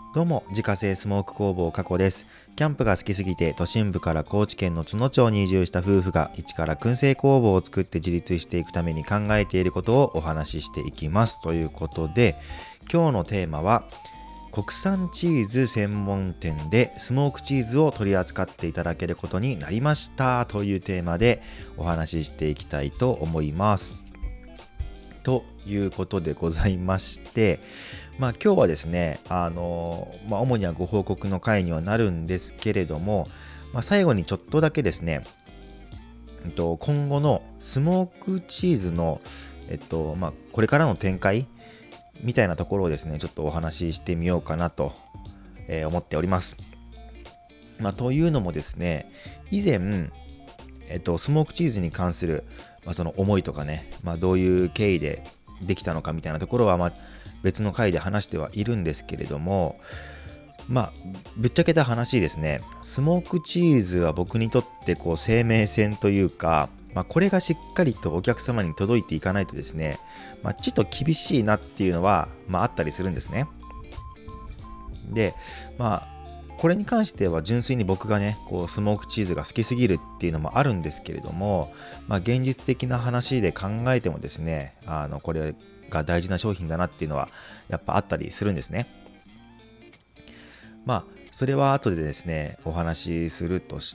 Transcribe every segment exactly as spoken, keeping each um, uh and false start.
どうも、自家製スモーク工房加古です。キャンプが好きすぎて都心部から高知県の津野町に移住した夫婦が一から燻製工房を作って自立していくために考えていることをお話ししていきます。ということで、今日のテーマは国産チーズ専門店でスモークチーズを取り扱っていただけることになりましたというテーマでお話ししていきたいと思います。ということでございまして、まあ今日はですね、あの、まあ主にはご報告の回にはなるんですけれども、まあ最後にちょっとだけですね、えっと、今後のスモークチーズの、えっと、まあこれからの展開みたいなところをですね、ちょっとお話ししてみようかなと、えー思っております。まあというのもですね、以前、えっと、スモークチーズに関する、まあ、その思いとかね、まあ、どういう経緯でできたのかみたいなところは、まあ、別の回で話してはいるんですけれども、まあ、ぶっちゃけた話ですね、スモークチーズは僕にとってこう生命線というか、まあ、これがしっかりとお客様に届いていかないとですね、まあ、ちょっと厳しいなっていうのは、まあ、あったりするんですね。で、まあ、これに関しては純粋に僕がね、こうスモークチーズが好きすぎるっていうのもあるんですけれども、まあ、現実的な話で考えてもですね、あのこれが大事な商品だなっていうのはやっぱあったりするんですね。まあそれは後でですねお話しするとして、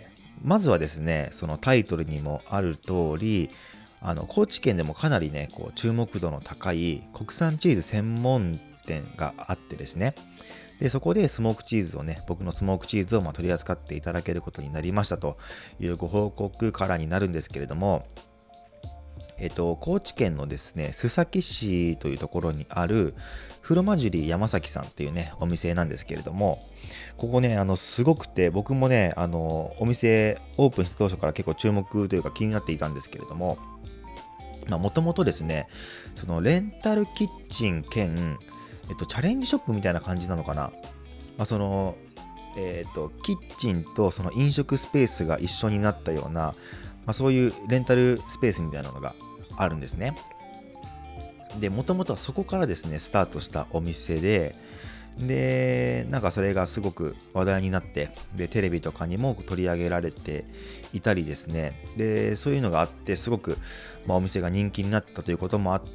まずはですねそのタイトルにもある通り、あの高知県でもかなりねこう注目度の高い国産チーズ専門店があってですね、でそこでスモークチーズをね僕のスモークチーズをまあ取り扱っていただけることになりましたというご報告からになるんですけれども、えっと、高知県のですね須崎市というところにあるフロマジュリー山崎さんっていうねお店なんですけれども、ここねあのすごくて、僕もねあのお店オープンした当初から結構注目というか気になっていたんですけれども、もともとですねそのレンタルキッチン兼、えっと、チャレンジショップみたいな感じなのかな、まあ、そのえっとキッチンとその飲食スペースが一緒になったような、まあ、そういうレンタルスペースみたいなのがあるんですね。でもともとはそこからですねスタートしたお店で、でなんかそれがすごく話題になって、でテレビとかにも取り上げられていたりですね、でそういうのがあってすごく、まあ、お店が人気になったということもあって、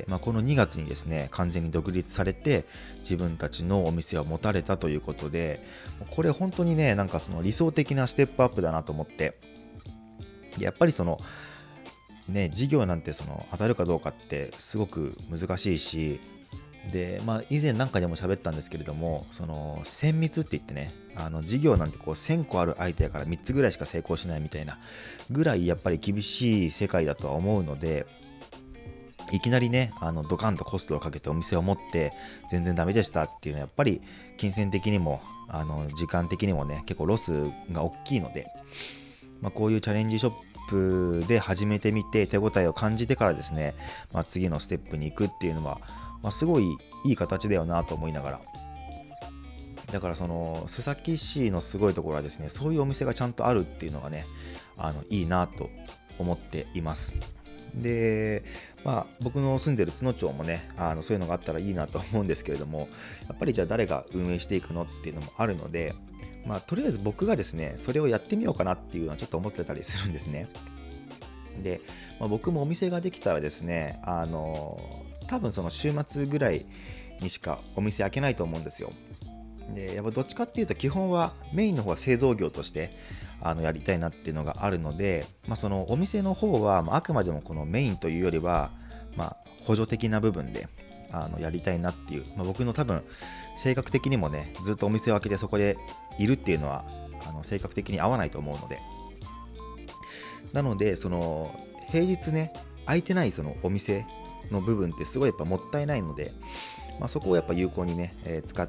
まあ、このにがつにですね完全に独立されて自分たちのお店を持たれたということで、これ本当にねなんかその理想的なステップアップだなと思って、やっぱりそのね事業なんてその当たるかどうかってすごく難しいし、で、まあ、以前なんかでも喋ったんですけれども、そのせん密って言ってね、あの事業なんてこうせんこあるアイデアからみっつぐらいしか成功しないみたいなぐらいやっぱり厳しい世界だとは思うので、いきなりねあのドカンとコストをかけてお店を持って全然ダメでしたっていうのはやっぱり金銭的にもあの時間的にもね結構ロスが大きいので、まあ、こういうチャレンジショップで始めてみて手応えを感じてからですね、まあ、次のステップに行くっていうのは、まあ、すごいいい形だよなと思いながら、だからその須崎市のすごいところはですね、そういうお店がちゃんとあるっていうのがねあのいいなと思っています。で、まあ僕の住んでる津野町もねあのそういうのがあったらいいなと思うんですけれども、やっぱりじゃあ誰が運営していくのっていうのもあるので、まあとりあえず僕がですねそれをやってみようかなっていうのはちょっと思ってたりするんですね。で、まあ、僕もお店ができたらですね、あの多分その週末ぐらいにしかお店開けないと思うんですよ。でやっぱどっちかっていうと基本はメインの方は製造業としてあのやりたいなっていうのがあるので、まあ、そのお店の方は、まあ、あくまでもこのメインというよりは、まあ、補助的な部分であのやりたいなっていう、まあ、僕の多分性格的にもねずっとお店を開けてそこでいるっていうのはあの性格的に合わないと思うので、なのでその平日ね空いてないそのお店の部分ってすごいやっぱもったいないので、まあ、そこをやっぱ有効にね、えー使って、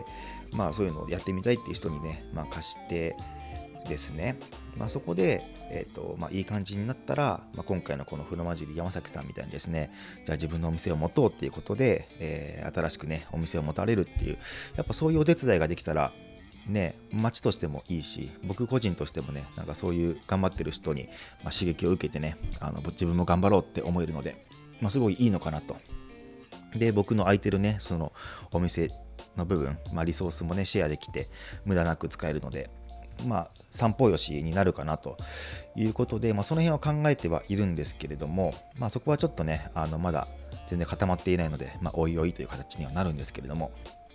まあ、そういうのをやってみたいっていう人にね、まあ、貸してですね、まあ、そこで、えーとまあ、いい感じになったら、まあ、今回のこの風呂混じり山崎さんみたいにですね、じゃあ自分のお店を持とうっていうことで、えー新しくねお店を持たれるっていう、やっぱそういうお手伝いができたらね、町としてもいいし、僕個人としてもね、なんかそういう頑張ってる人に、まあ、刺激を受けてね、あの自分も頑張ろうって思えるので、まあ、すごいいいのかなとで僕の空いてるねそのお店の部分、まあ、リソースもねシェアできて無駄なく使えるので、まあ散歩よしになるかなということで、まあ、その辺は考えてはいるんですけれども、まあ、そこはちょっとねあのまだ全然固まっていないので、まあ、おいおいという形にはなるんですけれども、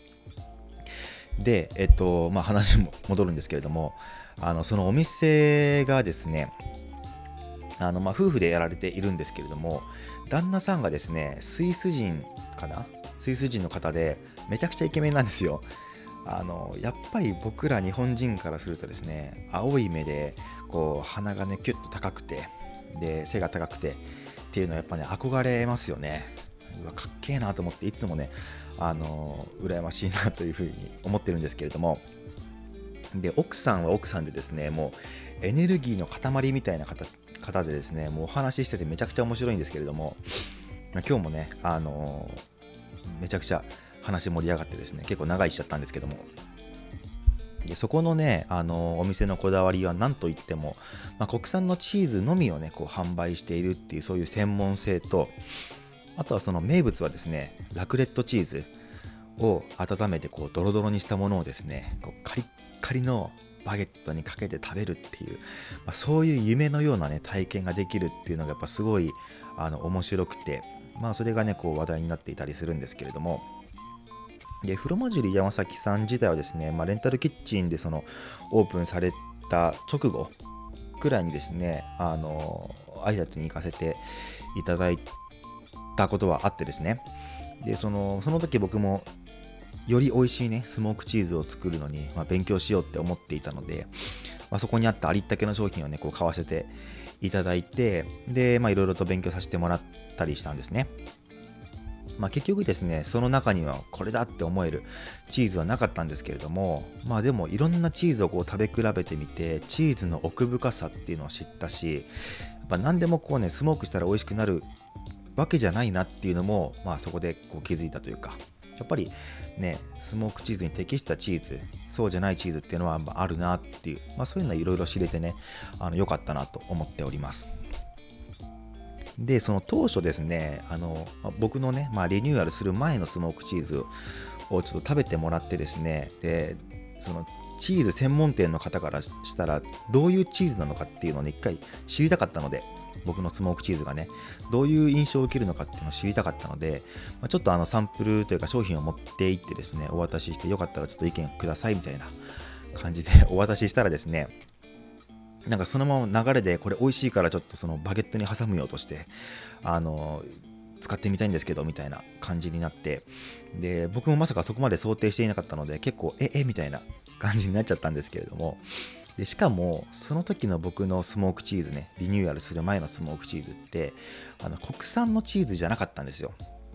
でえっとまあ話も戻るんですけれども、あのそのお店がですね、あのまあ夫婦でやられているんですけれども、旦那さんがですねスイス人かなスイス人の方でめちゃくちゃイケメンなんですよ。あのやっぱり僕ら日本人からするとですね、青い目でこう鼻がねキュッと高くて、で背が高くてっていうのはやっぱね憧れますよね。うわかっけえなと思って、いつもねあの羨ましいなというふうに思ってるんですけれども、で奥さんは奥さんでですね、もうエネルギーの塊みたいな方方でですね、もうお話ししててめちゃくちゃ面白いんですけれども、今日もねあのめちゃくちゃ話盛り上がってですね、結構長いしちゃったんですけども、でそこのねあのお店のこだわりは何といっても、まあ、国産のチーズのみをねこう販売しているっていう、そういう専門性と、あとはその名物はですねラクレットチーズを温めてこうドロドロにしたものをですね、こうカリッカリのバゲットにかけて食べるっていう、まあ、そういう夢のようなね体験ができるっていうのがやっぱすごいあの面白くて、まあそれがねこう話題になっていたりするんですけれども、でフロマジュリー山崎さん自体はですね、まあ、レンタルキッチンでそのオープンされた直後くらいにですね、あの挨拶に行かせていただいたことはあってですね、でそのその時僕もより美味しいねスモークチーズを作るのに、まあ、勉強しようって思っていたので、まあ、そこにあったありったけの商品をねこう買わせていただいて、でまあいろいろと勉強させてもらったりしたんですね。まあ、結局ですねその中にはこれだって思えるチーズはなかったんですけれども、まあでもいろんなチーズをこう食べ比べてみて、チーズの奥深さっていうのを知ったし、やっぱ何でもこうねスモークしたら美味しくなるわけじゃないなっていうのも、まあそこでこう気づいたというか、やっぱりねスモークチーズに適したチーズ、そうじゃないチーズっていうのはあるなっていう、まあそういうのはいろいろ知れてね、あの良かったなと思っております。でその当初ですね、あの僕のね、まあ、リニューアルする前のスモークチーズをちょっと食べてもらってですね、でそのチーズ専門店の方からしたらどういうチーズなのかっていうのをね一回知りたかったので、僕のスモークチーズがねどういう印象を受けるのかっていうのを知りたかったので、まあ、ちょっとあのサンプルというか商品を持って行ってですねお渡しして、よかったらちょっと意見くださいみたいな感じでお渡ししたらですね、なんかそのまま流れでこれ美味しいからちょっとそのバゲットに挟むようとしてあの使ってみたいんですけどみたいな感じになって、で僕もまさかそこまで想定していなかったので結構ええみたいな感じになっちゃったんですけれども、でしかもその時の僕のスモークチーズね、リニューアルする前のスモークチーズってあの国産のチーズじゃなかったんですよ。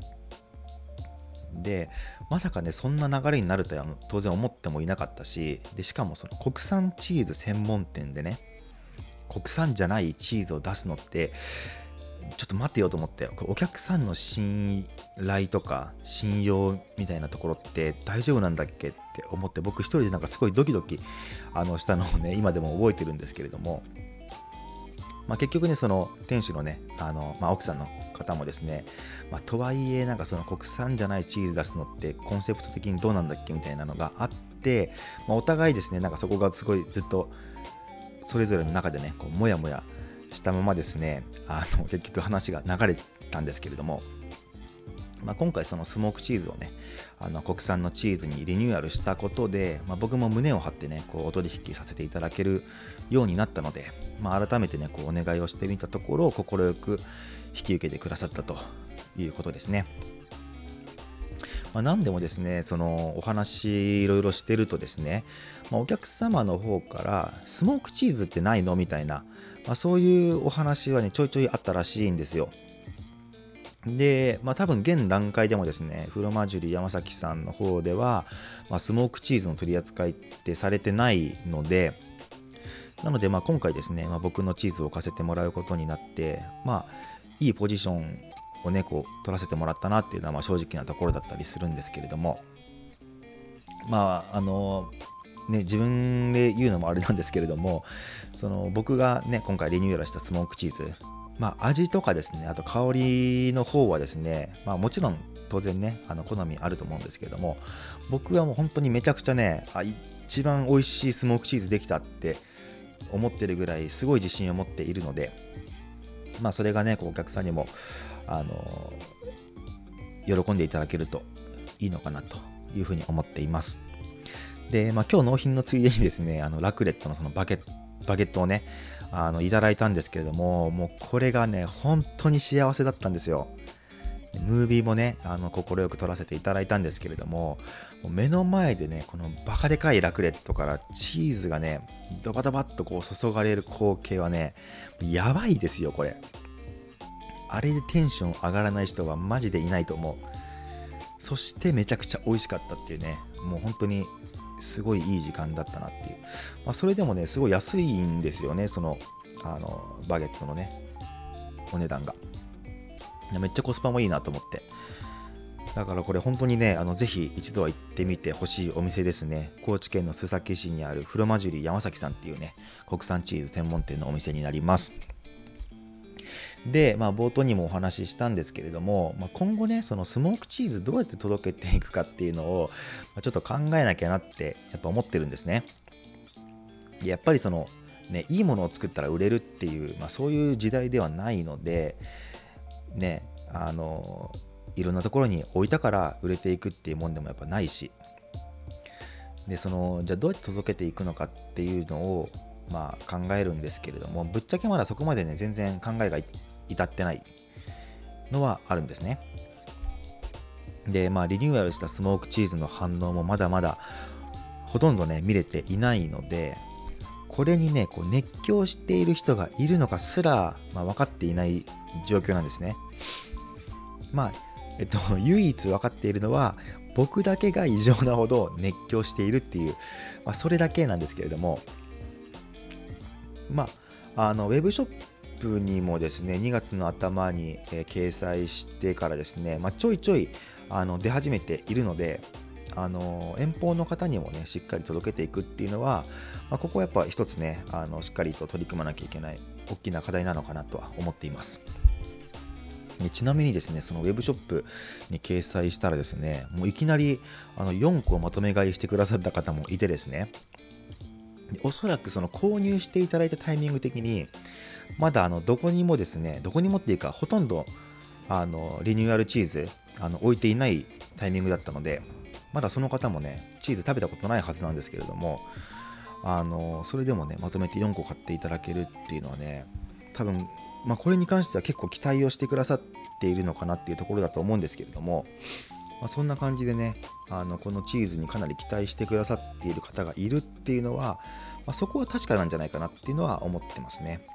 でまさかねそんな流れになるとは当然思ってもいなかったし、でしかもその国産チーズ専門店でね国産じゃないチーズを出すのってちょっと待ってよと思って、お客さんの信頼とか信用みたいなところって大丈夫なんだっけって思って、僕一人でなんかすごいドキドキあのしたのをね今でも覚えてるんですけれども、まあ、結局ねその店主のねあの、まあ、奥さんの方もですね、まあ、とはいえなんかその国産じゃないチーズ出すのってコンセプト的にどうなんだっけみたいなのがあって、まあ、お互いですねなんかそこがすごいずっとそれぞれの中でねこうもやもやしたままですね、あの結局話が流れたんですけれども、まあ、今回そのスモークチーズをねあの国産のチーズにリニューアルしたことで、まあ、僕も胸を張ってねこうお取引させていただけるようになったので、まあ、改めてねこうお願いをしてみたところ快く引き受けてくださったということですね。まあ、何でもですねそのお話いろいろしてるとですね、まあ、お客様の方からスモークチーズってないのみたいな、まあ、そういうお話はねちょいちょいあったらしいんですよ。で、まあ多分現段階でもですねフロマジュリー山崎さんの方では、まあ、スモークチーズの取り扱いってされてないので、なのでまあ今回ですね、まあ、僕のチーズを置かせてもらうことになって、まあいいポジションをねこう取らせてもらったなっていうのはまあ正直なところだったりするんですけれども、まああのね自分で言うのもあれなんですけれども、その僕がね今回リニューアルしたスモークチーズ、まあ味とかですねあと香りの方はですね、まあもちろん当然ねあの好みあると思うんですけれども、僕はもう本当にめちゃくちゃねあ一番美味しいスモークチーズできたって思ってるぐらいすごい自信を持っているので、まあそれがねこうお客さんにもあの喜んでいただけるといいのかなというふうに思っています。で、まあ、今日納品のついでにですねあのラクレットのそのバゲットバゲットをねあのいただいたんですけれども、もうこれがね本当に幸せだったんですよ。ムービーもねあの快く撮らせていただいたんですけれども、もう目の前でねこのバカでかいラクレットからチーズがねドバドバっとこう注がれる光景はねやばいですよこれ。あれでテンション上がらない人はマジでいないと思う。そしてめちゃくちゃ美味しかったっていうね、もう本当にすごいいい時間だったなっていう、まあ、それでもねすごい安いんですよね、そのあのバゲットのねお値段がめっちゃコスパもいいなと思って、だからこれ本当にねあのぜひ一度は行ってみてほしいお店ですね。高知県の須崎市にあるフロマジュリー山崎さんっていうね国産チーズ専門店のお店になります。で、まあ、冒頭にもお話ししたんですけれども、まあ、今後ねそのスモークチーズどうやって届けていくかっていうのをちょっと考えなきゃなってやっぱ思ってるんですね。でやっぱりそのねいいものを作ったら売れるっていう、まあ、そういう時代ではないのでね、あのいろんなところに置いたから売れていくっていうもんでもやっぱないし、でそのじゃあどうやって届けていくのかっていうのをまあ考えるんですけれども、ぶっちゃけまだそこまでね全然考えが至ってないのはあるんですね。でまあリニューアルしたスモークチーズの反応もまだまだほとんどね見れていないので、これにねこう熱狂している人がいるのかすら、まあ、分かっていない状況なんですね。まあえっと唯一分かっているのは僕だけが異常なほど熱狂しているっていう、まあ、それだけなんですけれども、まああのウェブショップにもですねにがつの頭に、えー、掲載してからですね、まあ、ちょいちょいあの出始めているので、あの遠方の方にもねしっかり届けていくっていうのは、まあ、ここはやっぱ一つねあのしっかりと取り組まなきゃいけない大きな課題なのかなとは思っています。でちなみにですねそのウェブショップに掲載したらですねもういきなりあのよんこまとめ買いしてくださった方もいてですね、おそらくその購入していただいたタイミング的にまだあのどこにもですねどこにもっていうかほとんどあのリニューアルチーズあの置いていないタイミングだったので、まだその方もねチーズ食べたことないはずなんですけれども、あのそれでもねまとめてよんこ買っていただけるっていうのはね多分、まあ、これに関しては結構期待をしてくださっているのかなっていうところだと思うんですけれども、まあ、そんな感じでねあのこのチーズにかなり期待してくださっている方がいるっていうのは、まあ、そこは確かなんじゃないかなっていうのは思ってますね。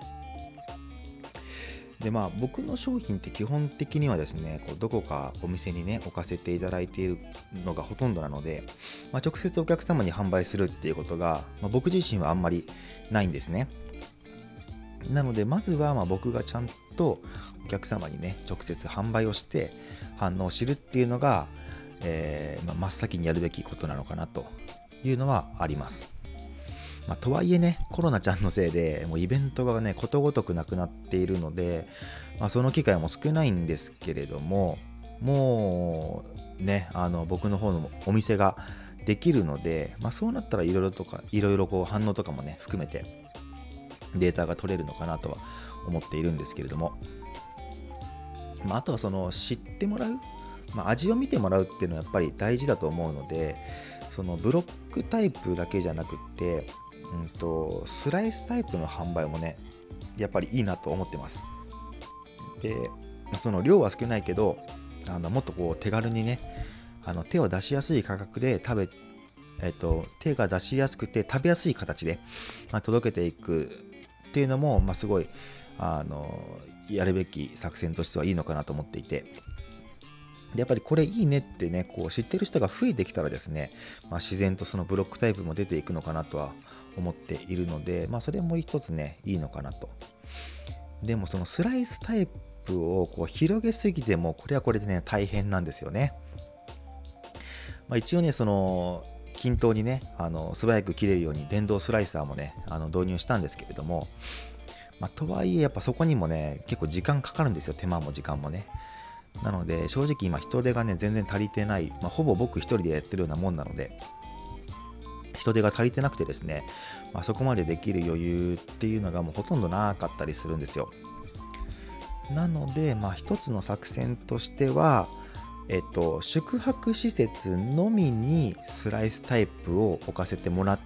でまあ僕の商品って基本的にはですねこうどこかお店にね置かせていただいているのがほとんどなので、まあ、直接お客様に販売するっていうことが、まあ、僕自身はあんまりないんですね。なのでまずはまあ僕がちゃんとお客様にね直接販売をして反応を知るっていうのが、えーまあ、真っ先にやるべきことなのかなというのはあります。まあ、とはいえねコロナちゃんのせいでもうイベントがねことごとくなくなっているので、まあ、その機会も少ないんですけれども、もうねあの僕の方のお店ができるので、まあ、そうなったらいろいろとかいろいろこう反応とかもね含めてデータが取れるのかなとは思っているんですけれども、まあ、あとはその知ってもらう、まあ、味を見てもらうっていうのはやっぱり大事だと思うので、そのブロックタイプだけじゃなくってうんとスライスタイプの販売もねやっぱりいいなと思ってます。でその量は少ないけどあのもっとこう手軽にねあの手を出しやすい価格で食べ、えっと、手が出しやすくて食べやすい形で、まあ、届けていくっていうのも、まあ、すごいあのやるべき作戦としてはいいのかなと思っていて、でやっぱりこれいいねってねこう知ってる人が増えてきたらですね、まあ、自然とそのブロックタイプも出ていくのかなとは思っているので、まあ、それも一つねいいのかなと。でもそのスライスタイプをこう広げすぎてもこれはこれでね大変なんですよね。まあ、一応ねその均等にねあの素早く切れるように電動スライサーもねあの導入したんですけれども、まあ、とはいえやっぱそこにもね結構時間かかるんですよ、手間も時間もね。 なので正直今人手がね全然足りてない、まあ、ほぼ僕一人でやってるようなもんなので、人手が足りてなくてですね、まあ、そこまでできる余裕っていうのがもうほとんどなかったりするんですよ。なので、まあ、一つの作戦としては、えっと、宿泊施設のみにスライスタイプを置かせてもらって、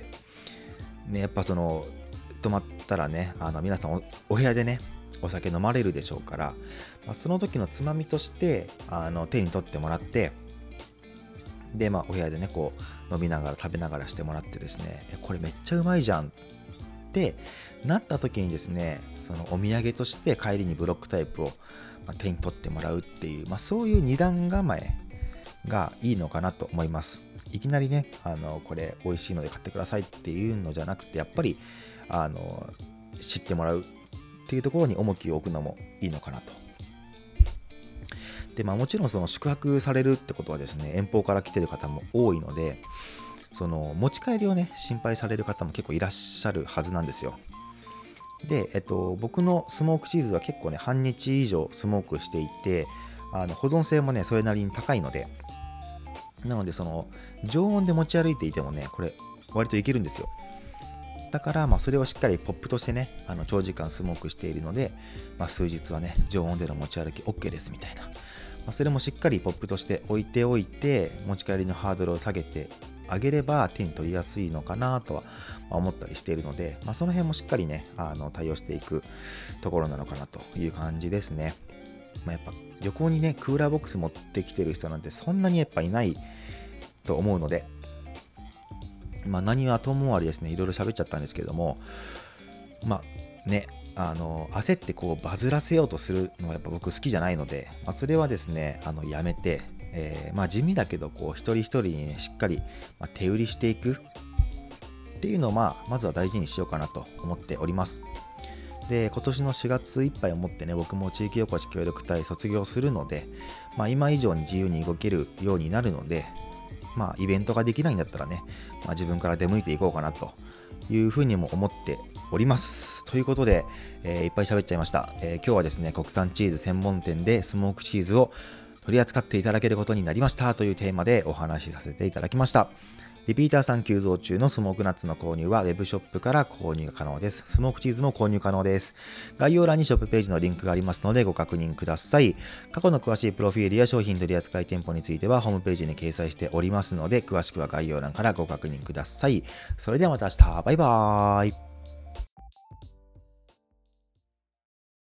ね、やっぱその泊まったらね、あの皆さん お, お部屋でねお酒飲まれるでしょうから、まあ、その時のつまみとしてあの手に取ってもらって、で、まあ、お部屋でねこう飲みながら食べながらしてもらってですね、これめっちゃうまいじゃんってなった時にですね、そのお土産として帰りにブロックタイプを手に取ってもらうっていう、まあ、そういう二段構えがいいのかなと思います。いきなりね、あのこれ美味しいので買ってくださいっていうのじゃなくて、やっぱりあの知ってもらうっていうところに重きを置くのもいいのかなと。で、まあ、もちろんその宿泊されるってことはですね、遠方から来てる方も多いので、その持ち帰りをね心配される方も結構いらっしゃるはずなんですよ。で、えっと、僕のスモークチーズは結構ね半日以上スモークしていて、あの保存性もねそれなりに高いので、なのでその常温で持ち歩いていてもねこれ割といけるんですよ。だからまあそれをしっかりポップとしてね、あの長時間スモークしているので、まあ、数日はね常温での持ち歩き OK ですみたいな、まあ、それもしっかりポップとして置いておいて、持ち帰りのハードルを下げてあげれば手に取りやすいのかなとは思ったりしているので、まあ、その辺もしっかりねあの対応していくところなのかなという感じですね。まあ、やっぱ旅行にねクーラーボックス持ってきてる人なんてそんなにやっぱいないと思うので、まあ何はともあれですね、いろいろ喋っちゃったんですけれども、まあね、あの焦ってこうバズらせようとするのはやっぱ僕好きじゃないので、まあ、それはですねあのやめて、えー、まあ地味だけどこう一人一人にねしっかり、まあ、手売りしていくっていうのを、まあ、まずは大事にしようかなと思っております。で、今年のしがついっぱいをもってね、僕も地域おこし協力隊卒業するので、まあ、今以上に自由に動けるようになるので、まあ、イベントができないんだったらね、まあ、自分から出向いていこうかなというふうにも思っております。ということで、えー、いっぱい喋っちゃいました、えー、今日はですね、国産チーズ専門店でスモークチーズを取り扱っていただけることになりましたというテーマでお話しさせていただきました。リピーターさん急増中のスモークナッツの購入はウェブショップから購入が可能です。スモークチーズも購入可能です。概要欄にショップページのリンクがありますのでご確認ください。過去の詳しいプロフィールや商品取扱店舗についてはホームページに掲載しておりますので、詳しくは概要欄からご確認ください。それではまた明日。バイバーイ。